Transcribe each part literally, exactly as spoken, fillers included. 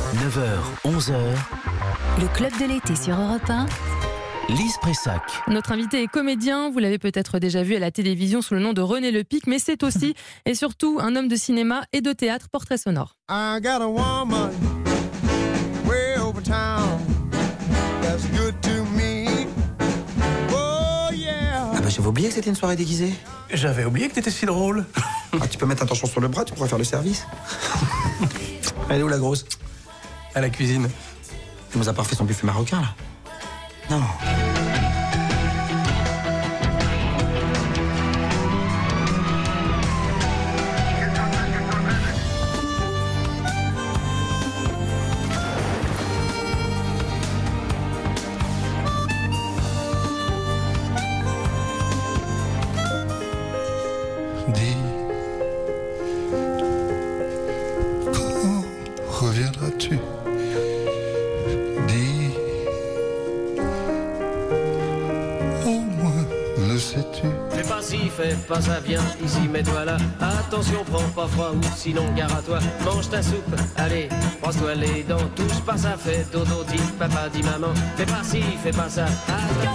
neuf heures, onze heures. Le club de l'été sur Europe un. Lise Pressac. Notre invité est comédien, vous l'avez peut-être déjà vu à la télévision sous le nom de René Lepic, mais c'est aussi et surtout un homme de cinéma et de théâtre, portrait sonore. I got a woman way over town that's good to me. Oh yeah. Ah bah j'avais oublié que c'était une soirée déguisée. J'avais oublié que t'étais si drôle. Ah, tu peux mettre un torchon sur le bras, tu pourras faire le service. Elle est où la grosse? À la cuisine. Tu nous as pas refait son buffet marocain là? Non. Dis, quand reviendras-tu? Dis, au moins le sais-tu? Fais pas ci, fais pas ça, viens ici, mets-toi là. Attention, prends pas froid ou sinon gare à toi. Mange ta soupe, allez, brosse-toi les dents. Touche pas ça, fais dodo, dis papa, dis maman. Fais pas ci, fais pas ça. Ah,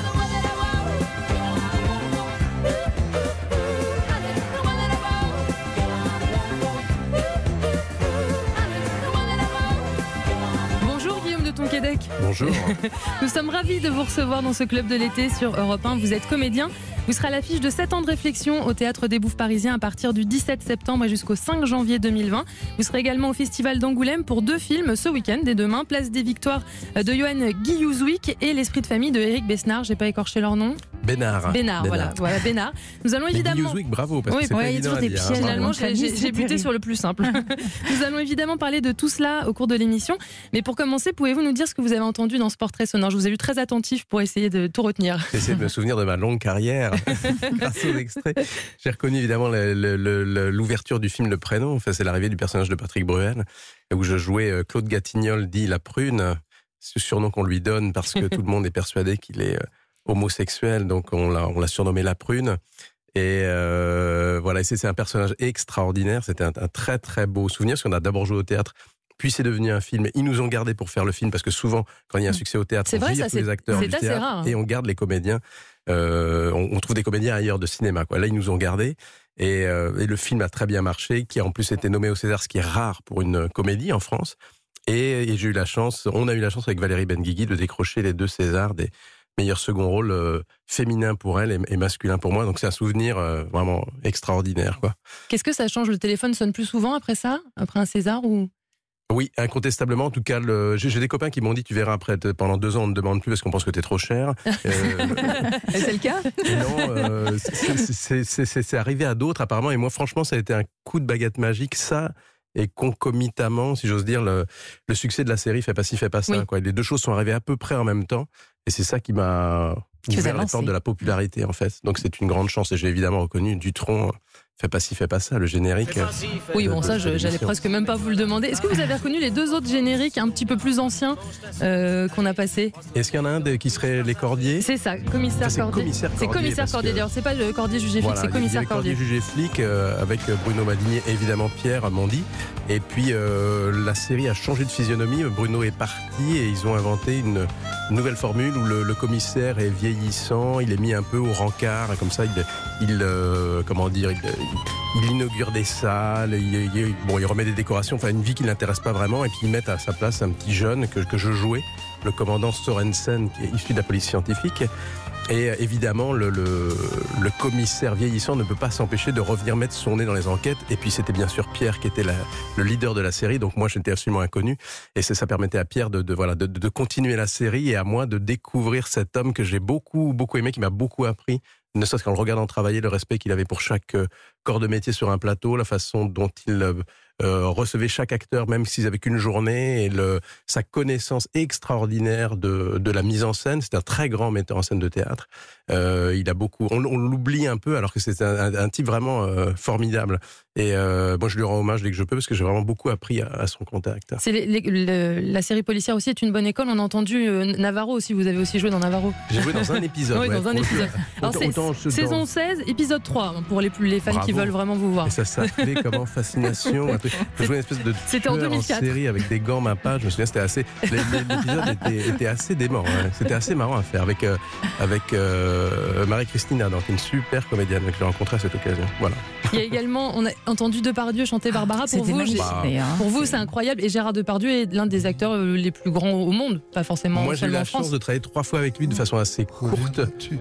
Québec. Bonjour. Nous sommes ravis de vous recevoir dans ce club de l'été sur Europe un. Vous êtes comédien. Vous serez à l'affiche de sept ans de réflexion au Théâtre des Bouffes parisiens à partir du dix-sept septembre et jusqu'au cinq janvier deux mille vingt. Vous serez également au Festival d'Angoulême pour deux films ce week-end dès demain. Place des Victoires de Johan Guillou-Zouik et L'Esprit de famille de Éric Besnard. J'ai pas écorché leur nom. Bénard. Bénard, voilà, voilà, Bénard. Nous allons évidemment. Guillou-Zouik, bravo, parce oui, que c'est ouais, pas il y a évident toujours à des dire, pièges. hein, Finalement, j'ai, j'ai, j'ai buté sur le plus simple. Nous allons évidemment parler de tout cela au cours de l'émission. Mais pour commencer, pouvez-vous nous dire ce que vous avez entendu dans ce portrait sonore? Je vous ai vu très attentif pour essayer de tout retenir. J'essaie de me souvenir de ma longue carrière grâce aux extraits. J'ai reconnu évidemment le, le, le, l'ouverture du film Le Prénom. Enfin, c'est l'arrivée du personnage de Patrick Bruel, où je jouais Claude Gatignol, dit La Prune, ce surnom qu'on lui donne parce que tout le monde est persuadé qu'il est homosexuel, donc on l'a, on l'a surnommé La Prune. Et euh, voilà, c'est, c'est un personnage extraordinaire. C'était un, un très très beau souvenir, parce qu'on a d'abord joué au théâtre, puis c'est devenu un film. Ils nous ont gardés pour faire le film, parce que souvent, quand il y a un succès au théâtre, c'est on vrai, vire ça, tous c'est, les acteurs c'est du assez théâtre rare, hein. Et on garde les comédiens. Euh, on, on trouve des comédiens ailleurs de cinéma, quoi. Là, ils nous ont gardés. Et, euh, et le film a très bien marché, qui a en plus été nommé au César, ce qui est rare pour une comédie en France. Et, et j'ai eu la chance, on a eu la chance avec Valérie Benguigui de décrocher les deux Césars des meilleurs second rôles euh, féminins pour elle et, et masculins pour moi. Donc c'est un souvenir euh, vraiment extraordinaire, quoi. Qu'est-ce que ça change? Le téléphone sonne plus souvent après ça, après un César ou... Oui, incontestablement. En tout cas, le... j'ai, j'ai des copains qui m'ont dit, tu verras après, pendant deux ans, on ne demande plus parce qu'on pense que t'es trop cher. Euh... Et c'est le cas? Non, euh, c'est, c'est, c'est, c'est, c'est arrivé à d'autres apparemment. Et moi, franchement, ça a été un coup de baguette magique. Ça, et concomitamment, si j'ose dire, le, le succès de la série Fais pas ci, fais pas ça. Oui. Quoi. Les deux choses sont arrivées à peu près en même temps. Et c'est ça qui m'a qui ouvert les portes de la popularité, en fait. Donc c'est une grande chance. Et j'ai évidemment reconnu Dutronc. Fais pas ci, fais pas ça, le générique. Oui, bon, ça, je, j'allais presque même pas vous le demander. Est-ce que vous avez reconnu les deux autres génériques un petit peu plus anciens euh, qu'on a passés? Est-ce qu'il y en a un de, qui serait Les Cordiers? C'est ça, Commissaire ça, c'est Cordier. Commissaire c'est Cordier. Commissaire Cordier, que... d'ailleurs. C'est pas le Cordier jugé voilà, flic, c'est Commissaire Cordier. Cordier jugé flic euh, avec Bruno Madinier, évidemment Pierre Mondy. Et puis euh, la série a changé de physionomie. Bruno est parti et ils ont inventé une nouvelle formule où le, le commissaire est vieillissant, il est mis un peu au rencard, comme ça, il, il euh, comment dire, il, il inaugure des salles, il, il, bon, il remet des décorations, enfin une vie qui ne l'intéresse pas vraiment, et puis ils mettent à sa place un petit jeune que, que je jouais, le commandant Sorensen, qui est issu de la police scientifique. Et évidemment, le, le, le commissaire vieillissant ne peut pas s'empêcher de revenir mettre son nez dans les enquêtes. Et puis c'était bien sûr Pierre qui était la, le leader de la série, donc moi j'étais absolument inconnu. Et c'est, ça permettait à Pierre de, de, voilà, de, de continuer la série et à moi de découvrir cet homme que j'ai beaucoup, beaucoup aimé, qui m'a beaucoup appris, ne serait-ce qu'en le regardant travailler, le respect qu'il avait pour chaque corps de métier sur un plateau, la façon dont il euh, recevait chaque acteur, même s'ils avaient qu'une journée, et le, sa connaissance extraordinaire de, de la mise en scène. C'est un très grand metteur en scène de théâtre. Euh, il a beaucoup, on, on l'oublie un peu, alors que c'est un, un, un type vraiment euh, formidable. Et euh, moi, je lui rends hommage dès que je peux, parce que j'ai vraiment beaucoup appris à, à son contact. C'est les, les, le, la série policière aussi est une bonne école. On a entendu euh, Navarro aussi. Vous avez aussi joué dans Navarro. J'ai joué dans un épisode. oui, ouais, dans un épisode. Alors, autant, autant saison dans... seize, épisode trois, pour les, les fans Bravo. Qui veulent vraiment vous voir. Et ça s'appelait comment? Fascination. de jouer une espèce de C'était en tueur deux mille quatre. série avec des gants main page. Je me souviens, c'était assez. L'épisode était, était assez dément. Hein. C'était assez marrant à faire avec, euh, avec euh, Marie-Christina, donc une super comédienne que j'ai rencontrée à cette occasion. Voilà. Il y a également, on a entendu Depardieu chanter Barbara. Pour C'était vous, magnifique, j'ai- d'ailleurs. pour vous, c'est incroyable. Et Gérard Depardieu est l'un des acteurs euh, les plus grands au monde, pas forcément Moi, j'ai eu seulement la en France. chance de travailler trois fois avec lui de façon assez courte.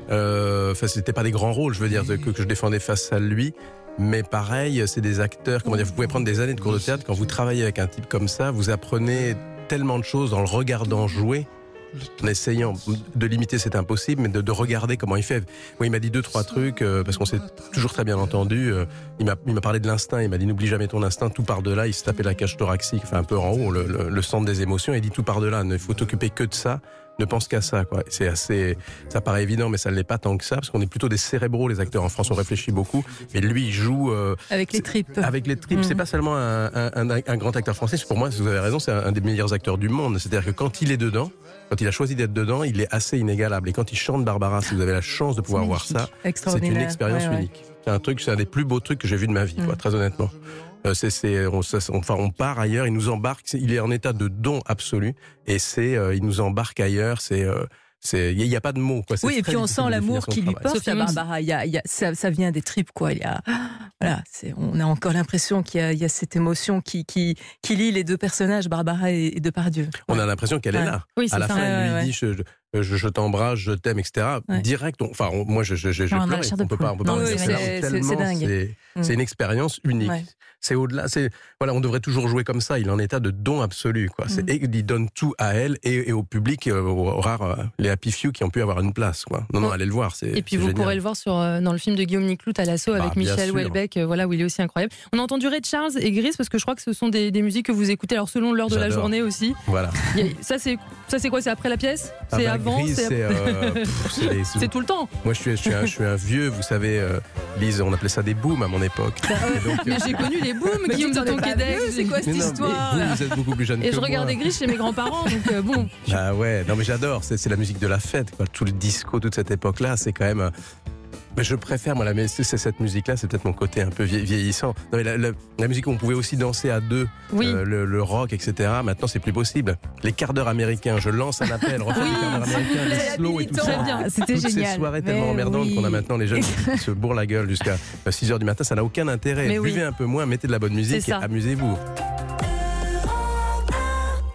Euh, Enfin, c'était pas des grands rôles, je veux dire, que, que je défendais face à lui. Mais pareil, c'est des acteurs, comment dire, vous pouvez prendre des années de cours de théâtre. Quand vous travaillez avec un type comme ça, vous apprenez tellement de choses en le regardant jouer. En essayant de l'imiter, c'est impossible, mais de, de regarder comment il fait. Moi, il m'a dit deux, trois trucs, euh, parce qu'on s'est toujours très bien entendu. Euh, il m'a il m'a parlé de l'instinct, il m'a dit n'oublie jamais ton instinct, tout par-delà. Il se tapait la cage thoracique, enfin un peu en haut, le, le, le centre des émotions, et il dit tout par-delà. Il faut t'occuper que de ça, ne pense qu'à ça, quoi. C'est assez, ça paraît évident, mais ça ne l'est pas tant que ça, parce qu'on est plutôt des cérébraux, les acteurs en France, on réfléchit beaucoup. Mais lui, il joue. Euh, Avec les tripes. Avec les tripes, Mmh. c'est pas seulement un, un, un, un grand acteur français, c'est pour moi, vous avez raison, c'est un, un des meilleurs acteurs du monde. C'est-à-dire que quand il est dedans, quand il a choisi d'être dedans, il est assez inégalable. Et quand il chante Barbara, si vous avez la chance de pouvoir voir ça, c'est une Extraordinaire. expérience Ouais, ouais. unique. C'est un truc, c'est un des plus beaux trucs que j'ai vu de ma vie, quoi, Mm. très honnêtement. Euh, c'est, c'est, on, ça, on, enfin, on part ailleurs, il nous embarque, c'est- il est en état de don absolu, et c'est, euh, il nous embarque ailleurs. C'est, euh, c'est, il n'y a, a pas de mots, quoi. C'est Oui, et très puis on difficile sent de l'amour définir son qu'il lui travail. porte Sophie à Mons. Barbara. Il y a, il y a, ça, ça vient des tripes, quoi. Il y a, voilà, c'est, on a encore l'impression qu'il y a, il y a cette émotion qui, qui, qui lie les deux personnages, Barbara et, et Depardieu. On a l'impression qu'elle Ouais. est là. Oui, c'est À la ça. fin, Ouais, elle lui ouais, dit je, je, je, je t'embrasse, je t'aime, et cetera. Ouais. Direct, on- enfin, on- moi, je, je, je, j'ai Non, on a pleuré. la chair de On peut pas, on peut pas poule. en Oui, dire c'est- ça. c'est- Tellement c'est dingue. C'est, Mm. c'est une expérience unique. Ouais. C'est au-delà. C'est voilà, on devrait toujours jouer comme ça. Il est en état de don absolu, quoi. C'est, Mm. et il donne tout à elle et, et au public, euh, aux, aux rares euh, les happy few qui ont pu avoir une place, quoi. Non, non, Oh. allez le voir. C'est, Et puis c'est vous génial. pourrez le voir sur, euh, dans le film de Guillaume Niclout à l'assaut avec Bah, bien Michel sûr. Houellebecq, euh, voilà, où il est aussi incroyable. On a entendu Ray Charles et Gris parce que je crois que ce sont des, des musiques que vous écoutez alors selon l'heure de la J'adore. journée aussi. Voilà. Il y a- ça c'est ça c'est quoi? C'est après la pièce? Ah C'est bah, avant? Gris, c'est c'est, euh, pff, c'est les- c'est tout le temps. Moi, je suis, je suis, un, je suis un vieux, vous savez, euh, Lise, on appelait ça des booms à mon époque. Et donc, Mais j'ai connu les booms, Mais Guillaume de vous, t'en êtes pas Tonquédec. vieux, c'est quoi mais cette non, mais histoire vous, vous êtes beaucoup plus jeune Et que je moi. regardais Gris chez mes grands-parents, donc euh, bon. Ah ouais, non mais j'adore, c'est, c'est la musique de la fête, quoi. Tout le disco, toute cette époque-là, c'est quand même... euh, Mais je préfère, moi, la, mais c'est, c'est cette musique-là, c'est peut-être mon côté un peu vie- vieillissant. Non, mais la, la- la musique où on pouvait aussi danser à deux, Oui. euh, le, le rock, et cetera. Maintenant, c'est plus possible. Les quarts d'heure américains, je lance un appel, refais Oui, les quarts d'heure américains, les c'est slow et tout habilitant. ça. Très bien. C'était Toutes génial. ces soirées Mais tellement emmerdantes oui. qu'on a maintenant, les jeunes qui se bourrent la gueule jusqu'à six heures du matin, ça n'a aucun intérêt. Mais oui. Buvez un peu moins, mettez de la bonne musique C'est et ça. amusez-vous.